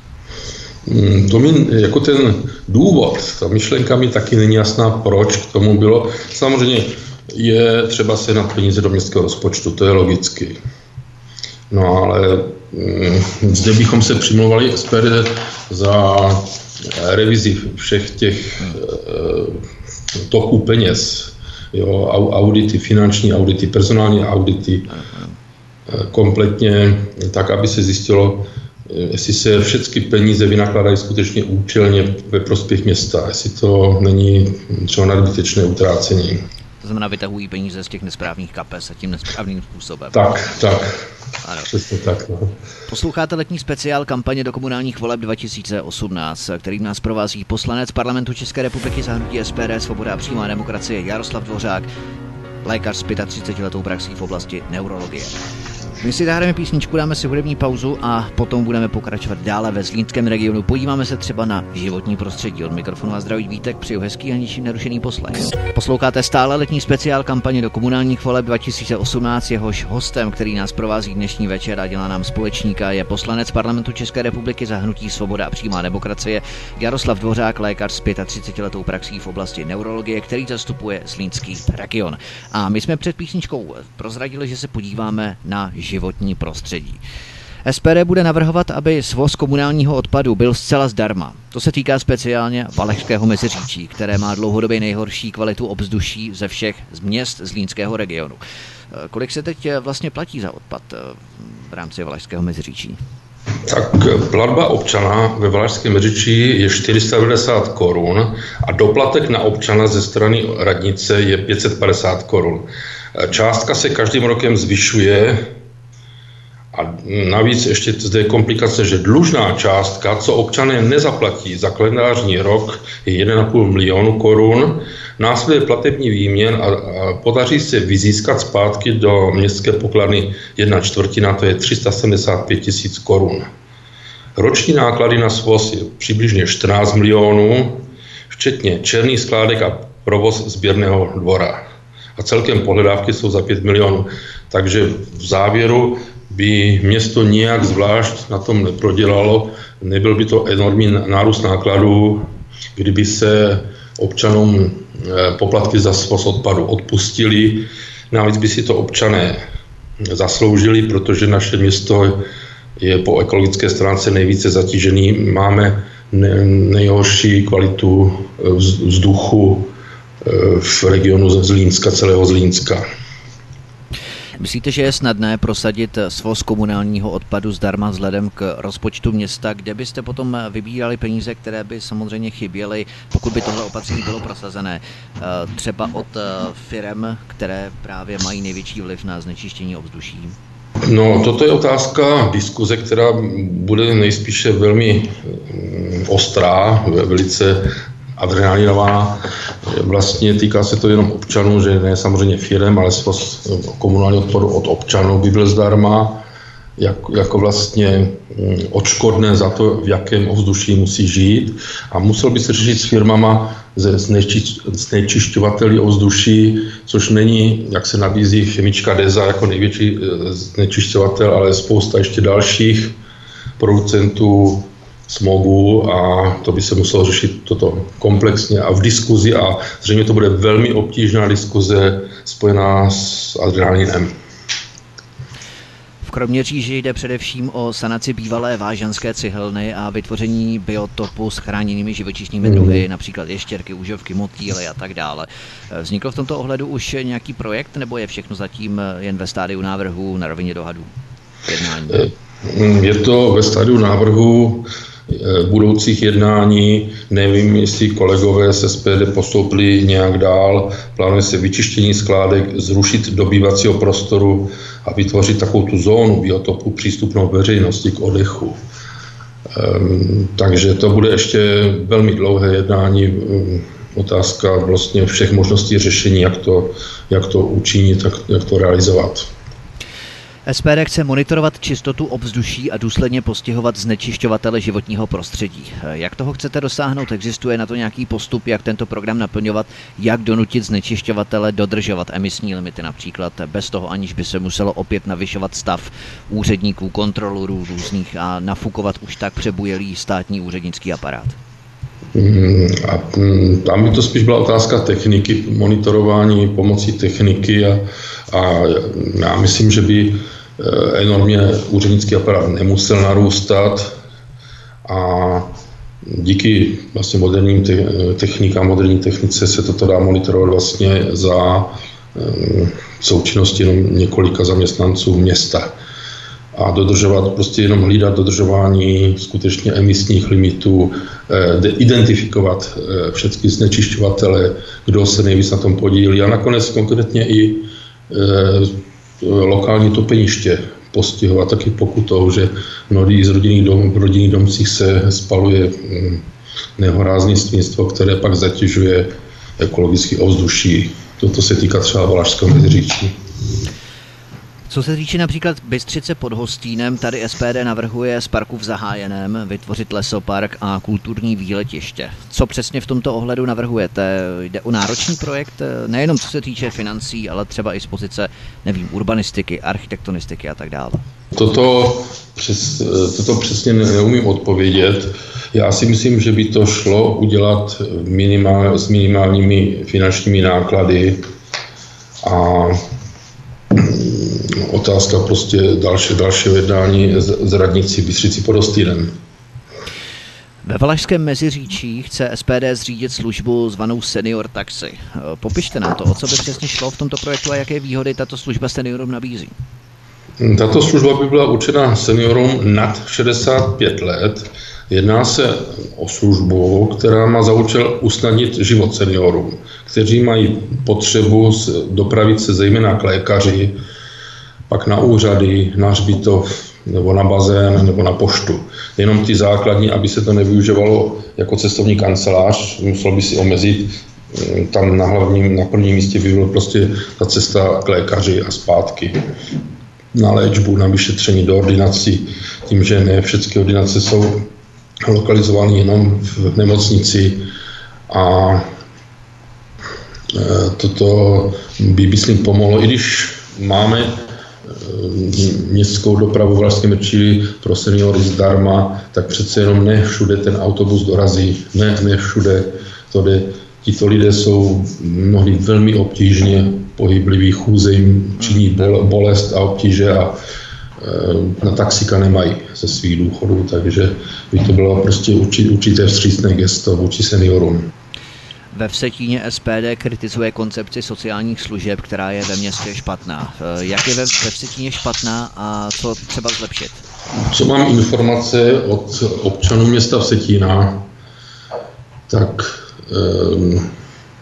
To mi, jako ten důvod, ta myšlenka mi taky není jasná, proč k tomu bylo. Samozřejmě je třeba sehnat peníze do městského rozpočtu, to je logicky. No ale hm, zde bychom se přimlouvali S P D za revizi všech těch eh, toků peněz, jo, audity, finanční audity, personální audity, eh, kompletně tak, aby se zjistilo, jestli se všechny peníze vynakládají skutečně účelně ve prospěch města, jestli to není třeba nadbytečné utrácení. To znamená, vytahují peníze z těch nesprávných kapes a tím nesprávným způsobem. Tak, tak. Ano. Přesně tak. No. Posloucháte letní speciál kampaně do komunálních voleb dva tisíce osmnáct, kterým nás provází poslanec Parlamentu České republiky za hnutí S P D Svoboda a přímá demokracie Jaroslav Dvořák, lékař s třicetiletou praxí v oblasti neurologie. My si zahrajeme písničku, dáme si hudební pauzu a potom budeme pokračovat dále ve zlínském regionu. Podíváme se třeba na životní prostředí. Od mikrofonu a zdraví Vítek, přeju hezký a ničím nerušený poslech. Posloucháte stále letní speciál kampaně do komunálních voleb dva tisíce osmnáct. Jehož hostem, který nás provází dnešní večer a dělá nám společníka, je poslanec Parlamentu České republiky za hnutí Svoboda a přímá demokracie Jaroslav Dvořák, lékař s třicetiletou praxí v oblasti neurologie, který zastupuje zlínský region. A my jsme před písničkou prozradili, že se podíváme na životní prostředí. S P D bude navrhovat, aby svoz komunálního odpadu byl zcela zdarma. To se týká speciálně Valašského Meziříčí, které má dlouhodobě nejhorší kvalitu ovzduší ze všech z měst zlínského regionu. Kolik se teď vlastně platí za odpad v rámci Valašského Meziříčí? Tak platba občana ve Valašském Meziříčí je čtyři sta devadesát korun a doplatek na občana ze strany radnice je pět set padesát korun. Částka se každým rokem zvyšuje a navíc ještě zde je komplikace, že dlužná částka, co občané nezaplatí za kalendářní rok, je jeden a půl milionu korun. Následuje platební výměn a, a podaří se vyzískat zpátky do městské pokladny jedna čtvrtina, to je tři sta sedmdesát pět tisíc korun. Roční náklady na svoz je přibližně čtrnáct milionů, včetně černých skládek a provoz sběrného dvora. A celkem pohledávky jsou za pět milionů. Takže v závěru by město nijak zvlášť na tom neprodělalo, nebyl by to enormní nárůst nákladů, kdyby se občanům poplatky za svoz odpadu odpustili. Navíc by si to občané zasloužili, protože naše město je po ekologické stránce nejvíce zatížený. Máme nejhorší kvalitu vzduchu v regionu Zlínska, celého Zlínska. Myslíte, že je snadné prosadit svoz komunálního odpadu zdarma vzhledem k rozpočtu města, kde byste potom vybírali peníze, které by samozřejmě chyběly, pokud by tohle opatření bylo prosazené, třeba od firem, které právě mají největší vliv na znečištění ovzduší? No, toto je otázka diskuze, která bude nejspíše velmi ostrá, velice adrenalinová. Vlastně týká se to jenom občanů, že ne samozřejmě firem, ale svoz komunálního odpadu od občanů by byl zdarma, jak, jako vlastně odškodné za to, v jakém ovzduší musí žít. A musel by se řešit s firmama ze znečišťovateli ovzduší, což není, jak se nabízí chemička Deza jako největší znečišťovatel, ale spousta ještě dalších producentů smogu a to by se muselo řešit toto komplexně a v diskuzi a zřejmě to bude velmi obtížná diskuze spojená s adrenalinem. V Kroměříži jde především o sanaci bývalé vážanské cihelny a vytvoření biotopu s chráněnými živočišnými druhy, mm. například ještěrky, úžovky, motýly a tak dále. Vznikl v tomto ohledu už nějaký projekt, nebo je všechno zatím jen ve stádiu návrhu na rovině dohadů? Jednání? Je to ve stádiu návrhu budoucích jednání, nevím, jestli kolegové z S P D postoupili nějak dál, plánuje se vyčištění skládek, zrušit dobývacího prostoru a vytvořit takovou tu zónu biotopu přístupnou veřejnosti k oddechu. Um, takže to bude ještě velmi dlouhé jednání, um, otázka vlastně všech možností řešení, jak to, jak to učinit, jak, jak to realizovat. S P D chce monitorovat čistotu ovzduší a důsledně postihovat znečišťovatele životního prostředí. Jak toho chcete dosáhnout? Existuje na to nějaký postup, jak tento program naplňovat, jak donutit znečišťovatele dodržovat emisní limity například, bez toho, aniž by se muselo opět navyšovat stav úředníků, kontrolorů různých a nafukovat už tak přebujelý státní úřednický aparát? A tam by to spíš byla otázka techniky, monitorování pomocí techniky a, a já myslím, že by enormně úřednický aparát nemusel narůstat a díky vlastně moderním te- technikám, moderní technice se toto dá monitorovat vlastně za součinnosti jenom několika zaměstnanců města. A dodržovat, prostě jenom hlídat dodržování skutečně emisních limitů, eh, identifikovat eh, všechny znečišťovatele, kdo se nejvíc na tom podílí a nakonec konkrétně i eh, lokální topeniště postihovat taky pokutou, že mnohdy z rodinných dom, v rodinných domcích se spaluje hm, nehorázné svinstvo, které pak zatěžuje ekologické ovzduší. Toto se týká třeba Valašského Meziříčí. Co se týče například Bystřice pod Hostýnem, tady S P D navrhuje z parku v Zahájeném vytvořit lesopark a kulturní výletiště. Co přesně v tomto ohledu navrhujete? Jde o náročný projekt, nejenom co se týče financí, ale třeba i z pozice, nevím, urbanistiky, architektonistiky a tak dále. Toto, přes, toto přesně neumím odpovědět. Já si myslím, že by to šlo udělat minimál, s minimálními finančními náklady a otázka prostě další, dalšího jednání s radnicí Bystřicí pod Hostýnem. Ve Valašském Meziříčí chce S P D zřídit službu zvanou Senior Taxi. Popište nám to, o co by přesně šlo v tomto projektu a jaké výhody tato služba seniorům nabízí. Tato služba by byla určena seniorům nad šedesát pět let. Jedná se o službu, která má za účel usnadnit život seniorům, kteří mají potřebu dopravit se zejména k lékaři, pak na úřady, na hřbitov, nebo na bazén, nebo na poštu. Jenom ty základní, aby se to nevyužívalo jako cestovní kancelář, musel by si omezit. Tam na hlavním, na prvním místě by byla prostě ta cesta k lékaři a zpátky. Na léčbu, na vyšetření do ordinací, tím, že ne všechny ordinace jsou lokalizovány jenom v nemocnici a toto by, myslím, pomohlo, i když máme městskou dopravu v Valašském Meziříčí pro seniory zdarma, tak přece jenom ne všude ten autobus dorazí, ne, ne všude to jde. Tito lidé jsou mnohdy velmi obtížně pohybliví, chůze jim činí bolest a obtíže a e, na taxika nemají ze svých důchodů, takže by to bylo prostě určité vstřícné gesto vůči seniorům. Ve Vsetíně S P D kritizuje koncepci sociálních služeb, která je ve městě špatná. Jak je ve, ve Vsetíně špatná a co třeba zlepšit? Co mám informace od občanů města Vsetína, tak um,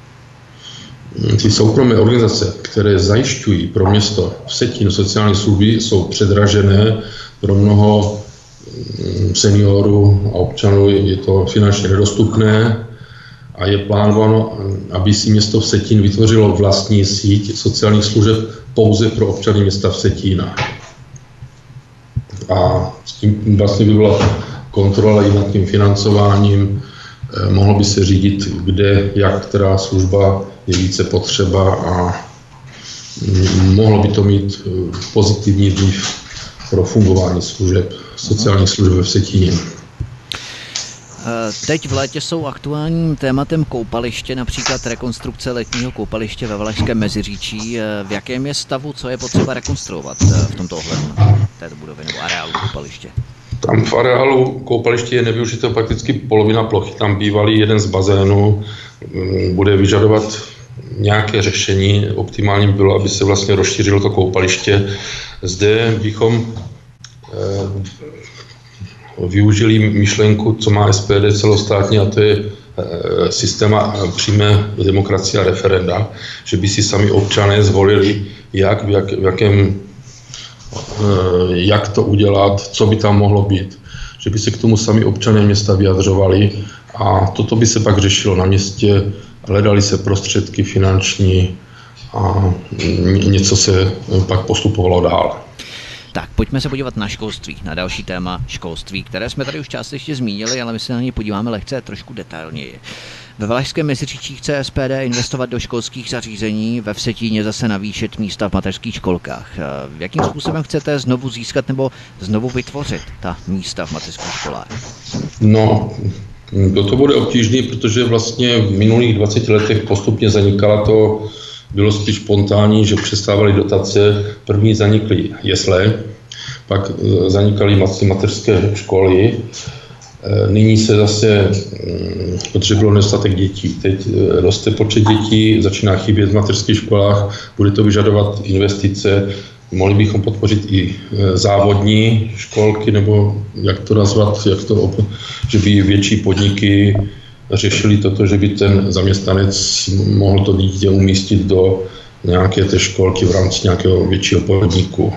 ty soukromé organizace, které zajišťují pro město Vsetín sociální služby, jsou předražené. Pro mnoho seniorů a občanů je to finančně nedostupné. A je plánováno, aby si město Vsetín vytvořilo vlastní síť sociálních služeb pouze pro občany města Vsetína. A s tím vlastně by byla kontrola i nad tím financováním. Mohlo by se řídit, kde, jak, která služba je více potřeba a mohlo by to mít pozitivní vliv pro fungování služeb, sociálních služeb ve Vsetíně. Teď v létě jsou aktuálním tématem koupaliště, například rekonstrukce letního koupaliště ve Valašském Meziříčí. V jakém je stavu, co je potřeba rekonstruovat v tomto ohledu této budovy nebo areálu koupaliště? Tam v areálu koupaliště je nevyužito prakticky polovina plochy. Tam bývalý jeden z bazénů, bude vyžadovat nějaké řešení. Optimálním bylo, aby se vlastně rozšířilo to koupaliště. Zde bychom využili myšlenku, co má S P D celostátně, a to je systém přímé demokracie a referenda, že by si sami občané zvolili, jak, v, jak, v jakém, jak to udělat, co by tam mohlo být. Že by se k tomu sami občané města vyjadřovali a toto by se pak řešilo na městě, hledali se prostředky finanční a něco se pak postupovalo dál. Tak, pojďme se podívat na školství, na další téma školství, které jsme tady už částečně zmínili, ale my se na ně podíváme lehce trošku detailněji. Ve Valašském Meziříčí chce S P D investovat do školských zařízení, ve Vsetíně zase navýšit místa v mateřských školkách. Jakým způsobem chcete znovu získat nebo znovu vytvořit ta místa v mateřských školách? No, to bude obtížné, protože vlastně v minulých dvaceti letech postupně zanikala to. Bylo spíš spontánní, že přestávaly dotace, první zanikly jesle, pak zanikaly mateřské školy, nyní se zase, protože bylo nedostatek dětí, teď roste počet dětí, začíná chybět v mateřských školách, bude to vyžadovat investice, mohli bychom podpořit i závodní školky, nebo jak to nazvat, jak to, že by větší podniky řešili toto, že by ten zaměstnanec mohl to dítě umístit do nějaké té školky v rámci nějakého většího podniku.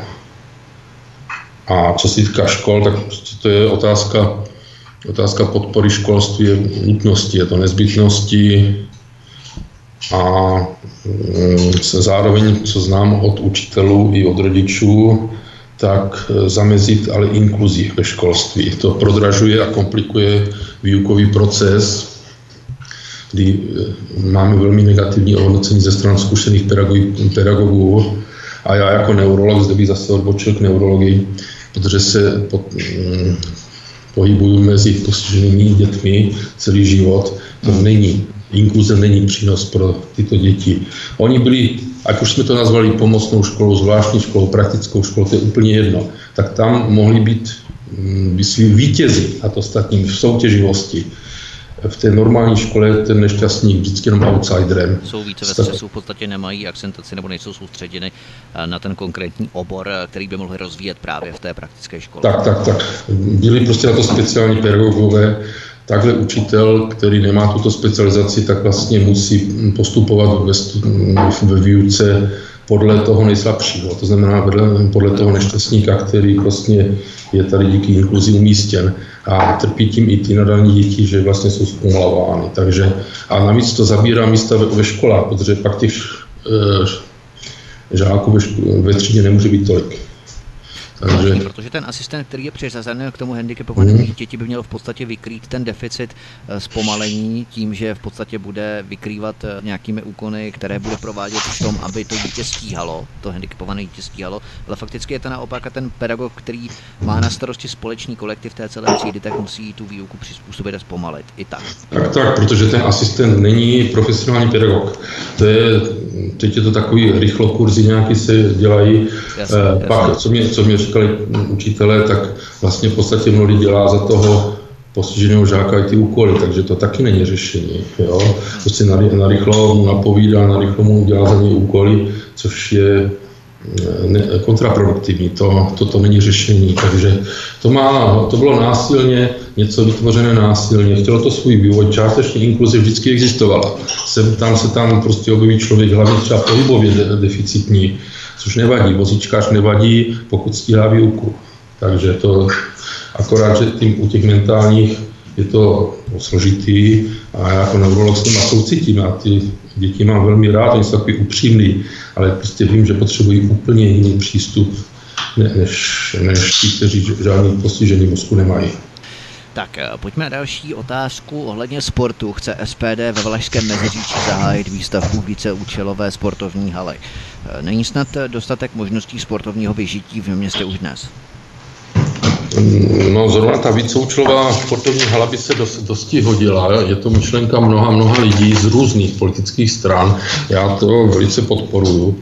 A co se týká škol, tak to je otázka, otázka podpory školství, je nutnosti, je to nezbytnosti. a se zároveň, co znám od učitelů i od rodičů, tak zamezit ale inkluzi ve školství. To prodražuje a komplikuje výukový proces, kdy máme velmi negativní ohodnocení ze stran zkušených pedagogů a já jako neurolog zde bych zase odbočil k neurologii, protože se pod, hm, pohybuju mezi postiženými dětmi celý život. To není, inkluze není přínos pro tyto děti. Oni byli, ať už jsme to nazvali pomocnou školou, zvláštní školou, praktickou školou, to je úplně jedno, tak tam mohli být hm, vítězi a to ostatním v soutěživosti. V té normální škole je ten nešťastník vždycky jenom outsiderem. Jsou více ve stresu, v podstatě nemají akcentaci nebo nejsou soustředěny na ten konkrétní obor, který by mohli rozvíjet právě v té praktické škole. Tak, tak, tak. Byli prostě na to speciální pedagogové. Takhle učitel, který nemá tuto specializaci, tak vlastně musí postupovat ve, ve výuce podle toho nejslabšího. To znamená podle toho nešťastníka, který vlastně je tady díky inkluzi umístěn. A trpí tím i ty nadané děti, že vlastně jsou zkumalovány. Takže, a navíc to zabírá místa ve, ve školách, protože pak těch e, žáků ve, ško- ve třídě nemůže být tolik. Takže... Protože ten asistent, který je přiřazen k tomu handicapovanému hmm. dítěti, by měl v podstatě vykrýt ten deficit zpomalení tím, že v podstatě bude vykrývat nějakými úkony, které bude provádět v tom, aby to dítě stíhalo, to handicapované dítě stíhalo, ale fakticky je to naopak a ten pedagog, který má na starosti společný kolektiv té celé třídy, tak musí tu výuku přizpůsobit a zpomalit. I tak. Tak, tak, protože ten asistent není profesionální pedagog. To je, teď je to takový rychlokurzy nějaký se dělají. Jasně, eh, jasně. Pak, co mě, co mě říkali učitelé, tak vlastně v podstatě mnohdy dělá za toho postiženého žáka i ty úkoly, takže to taky není řešení. Jo? Prostě narychlo mu napovídá, narychlo mu dělá za něj úkoly, což je ne, kontraproduktivní. To, to, to není řešení. Takže to, má, to bylo násilně, něco vytvořené násilně. Chtělo to svůj vývoj. Částečně inkluze vždycky existovala. Sem tam se tam prostě objeví člověk, hlavně třeba pohybově de, deficitní, což nevadí. Vozíčkář nevadí, pokud stíhá výuku. Takže to akorát, že tím u těch mentálních je to složitý a já jako neurolog s nima soucitím a ty děti mám velmi rád, oni jsou takový upřímný, ale prostě vím, že potřebují úplně jiný přístup, ne, než, než ti, kteří žádný postižený mozku nemají. Tak pojďme na další otázku ohledně sportu. Chce S P D ve Valašském Meziříčí zahájit výstavbu víceúčelové sportovní haly. Není snad dostatek možností sportovního vyžití v městě už dnes? No zrovna ta víceúčelová sportovní hala by se dost, dosti hodila. Je to myšlenka mnoha, mnoha lidí z různých politických stran. Já to velice podporuju.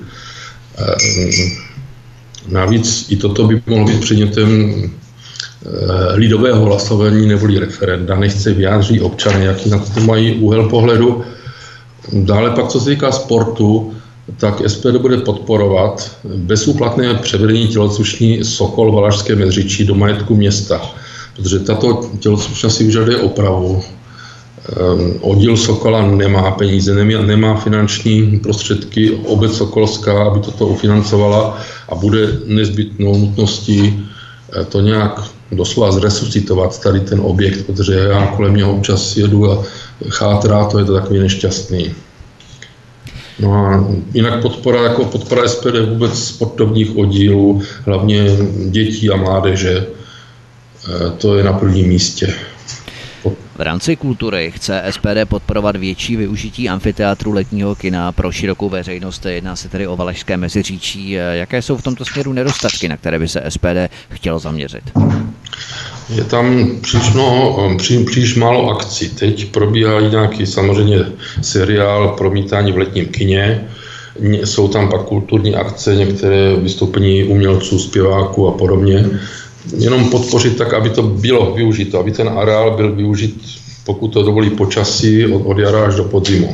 Navíc i toto by mohlo být předmětem lidového hlasování neboli referenda. Nechce vyjádřit občany, jaký na to mají úhel pohledu. Dále pak, co se týká sportu, tak S P D bude podporovat bezúplatné převedení tělocvičny Sokol Valašské Meziříčí do majetku města, protože tato tělocvična si vyžaduje opravu. Um, oddíl Sokola nemá peníze, nemá, nemá finanční prostředky, obec Sokolská, aby toto ufinancovala a bude nezbytnou nutností to nějak doslova zresuscitovat tady ten objekt, protože já kolem něho občas jedu a chátrá, to je to takový nešťastný. No a jinak podpora, jako podpora S P D vůbec sportovních oddílů, hlavně dětí a mládeže, to je na prvním místě. V rámci kultury chce S P D podporovat větší využití amfiteátru letního kina pro širokou veřejnost. Jedná se tedy o Valašské Meziříčí. Jaké jsou v tomto směru nedostatky, na které by se S P D chtělo zaměřit? Je tam příliš, mnoho, pří, příliš málo akcí. Teď probíhá nějaký samozřejmě seriál promítání v letním kině. Jsou tam pak kulturní akce, některé vystoupení umělců, zpěváků a podobně. Jenom podpořit tak, aby to bylo využito, aby ten areál byl využit, pokud to dovolí počasí, od, od jara až do podzimu.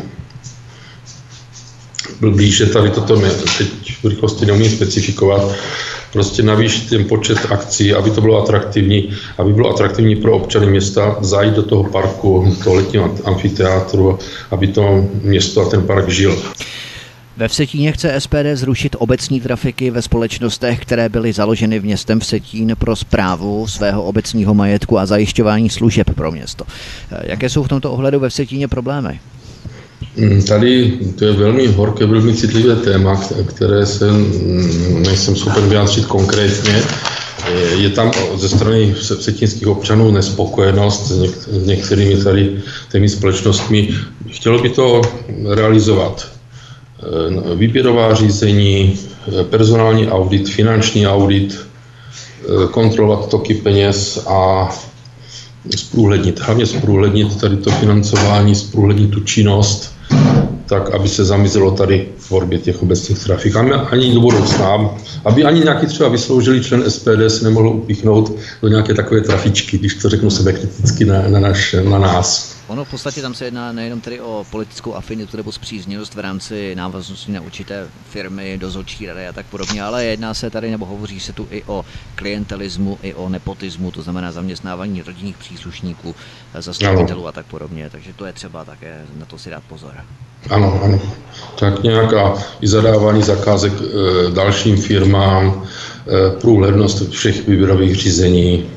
Byl blíže, tady toto ne, teď v rychlosti neumím specifikovat, prostě navýšit ten počet akcí, aby to bylo atraktivní, aby bylo atraktivní pro občany města zajít do toho parku, toho letního amfiteátru, aby to město a ten park žil. Ve Vsetíně chce S P D zrušit obecní trafiky ve společnostech, které byly založeny městem Vsetín pro správu svého obecního majetku a zajišťování služeb pro město. Jaké jsou v tomto ohledu ve Vsetíně problémy? Tady to je velmi horké, velmi citlivé téma, které se nejsem schopen vyjádřit konkrétně. Je tam ze strany vsetínských občanů nespokojenost s, něk- s některými tady těmi společnostmi. Chtělo by to realizovat výběrová řízení, personální audit, finanční audit, kontrolovat toky peněz a zprůhlednit, hlavně zprůhlednit tady to financování, zprůhlednit tu činnost, tak, aby se zamizelo tady v tvorbě těch obecních trafik. A ani do budoucna, aby ani nějaký třeba vysloužilý člen S P D se nemohl upíchnout do nějaké takové trafičky, když to řeknu sebekriticky na, na, naš, na nás. Ono v podstatě tam se jedná nejenom tedy o politickou afinitu nebo spřízněnost v rámci návaznosti na určité firmy, dozorčí rady a tak podobně, ale jedná se tady nebo hovoří se tu i o klientelismu, i o nepotismu, to znamená zaměstnávání rodinných příslušníků, zastupitelů a tak podobně, takže to je třeba také na to si dát pozor. Ano, ano. Tak nějaká i zadávání zakázek e, dalším firmám, e, průhlednost všech výběrových řízení.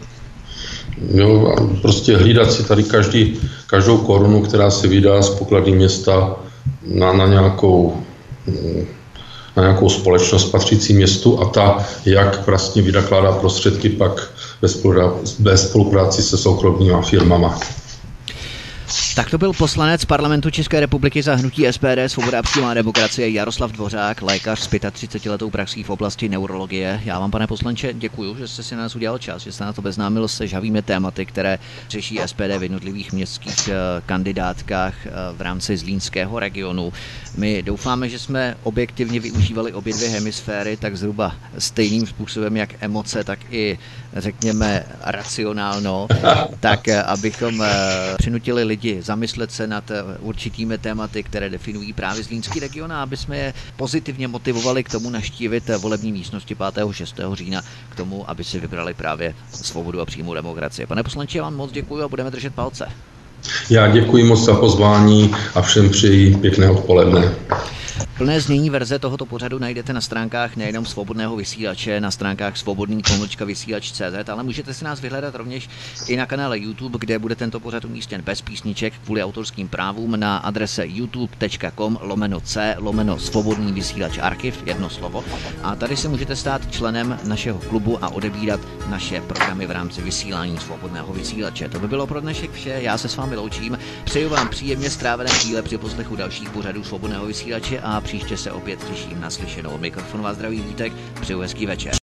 Jo, prostě hlídat si tady každý, každou korunu, která se vydá z pokladny města na, na, nějakou, na nějakou společnost patřící městu a ta, jak vlastně vynakládá prostředky pak ve spolupráci se soukromými firmama. Tak to byl poslanec Parlamentu České republiky za hnutí S P D Svoboda a přímá demokracie Jaroslav Dvořák, lékař s třicetiletou praxí v oblasti neurologie. Já vám, pane poslanče, děkuji, že jste si na nás udělal čas, že jste nás obeznámil se žavými tématy, které řeší S P D v jednotlivých městských kandidátkách v rámci Zlínského regionu. My doufáme, že jsme objektivně využívali obě dvě hemisféry tak zhruba stejným způsobem, jak emoce, tak i, řekněme, racionálno, tak abychom přinutili lidi zamyslet se nad určitými tématy, které definují právě Zlínský region a aby jsme je pozitivně motivovali k tomu navštívit volební místnosti pátého a šestého října k tomu, aby si vybrali právě Svobodu a přímou demokracii. Pane poslanče, já vám moc děkuji a budeme držet palce. Já děkuji moc za pozvání a všem přeji pěkné odpoledne. Plné znění verze tohoto pořadu najdete na stránkách nejenom Svobodného vysílače, na stránkách svobodný pomlčka vysílač tečka cé zet, ale můžete si nás vyhledat rovněž i na kanále YouTube, kde bude tento pořad umístěn bez písniček kvůli autorským právům na adrese youtube tečka com lomeno c lomeno svobodný vysílač archiv, jedno slovo. A tady se můžete stát členem našeho klubu a odebírat naše programy v rámci vysílání Svobodného vysílače. To by bylo pro dnešek vše, já se s vámi loučím, přeju vám příjemně strávené chvíle při poslechu dalších pořadů Svobodného vysílače a příště se opět těším na slyšenou. Od mikrofonu vás zdraví Vítek, přeju hezký večer.